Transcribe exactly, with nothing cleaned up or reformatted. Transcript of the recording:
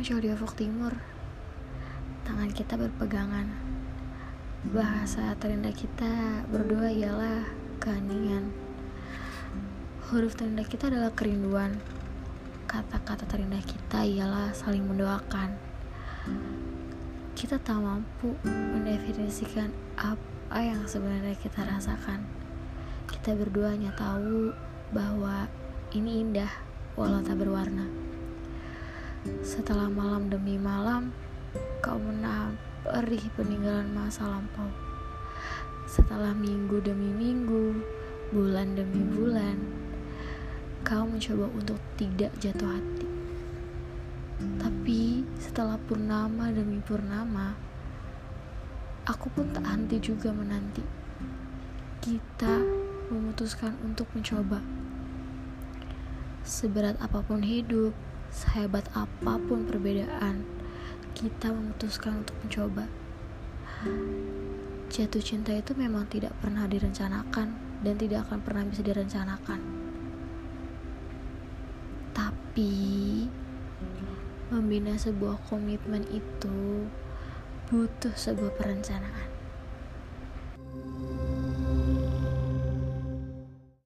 muncul di ufuk timur. Tangan kita berpegangan. Bahasa terindah kita berdua ialah keheningan. Huruf terindah kita adalah kerinduan. Kata-kata terindah kita ialah saling mendoakan. Kita tak mampu mendefinisikan apa yang sebenarnya kita rasakan. Kita berdua hanya tahu bahwa ini indah walau tak berwarna. Setelah malam demi malam, kau menahan perih peninggalan masa lampau. Setelah minggu demi minggu, bulan demi bulan, kau mencoba untuk tidak jatuh hati. Tapi setelah purnama demi purnama, aku pun tak henti juga menanti. Kita memutuskan untuk mencoba. Seberat apapun hidup, sehebat apapun perbedaan, kita memutuskan untuk mencoba. Jatuh cinta itu memang tidak pernah direncanakan dan tidak akan pernah bisa direncanakan. Tapi membina sebuah komitmen itu butuh sebuah perencanaan.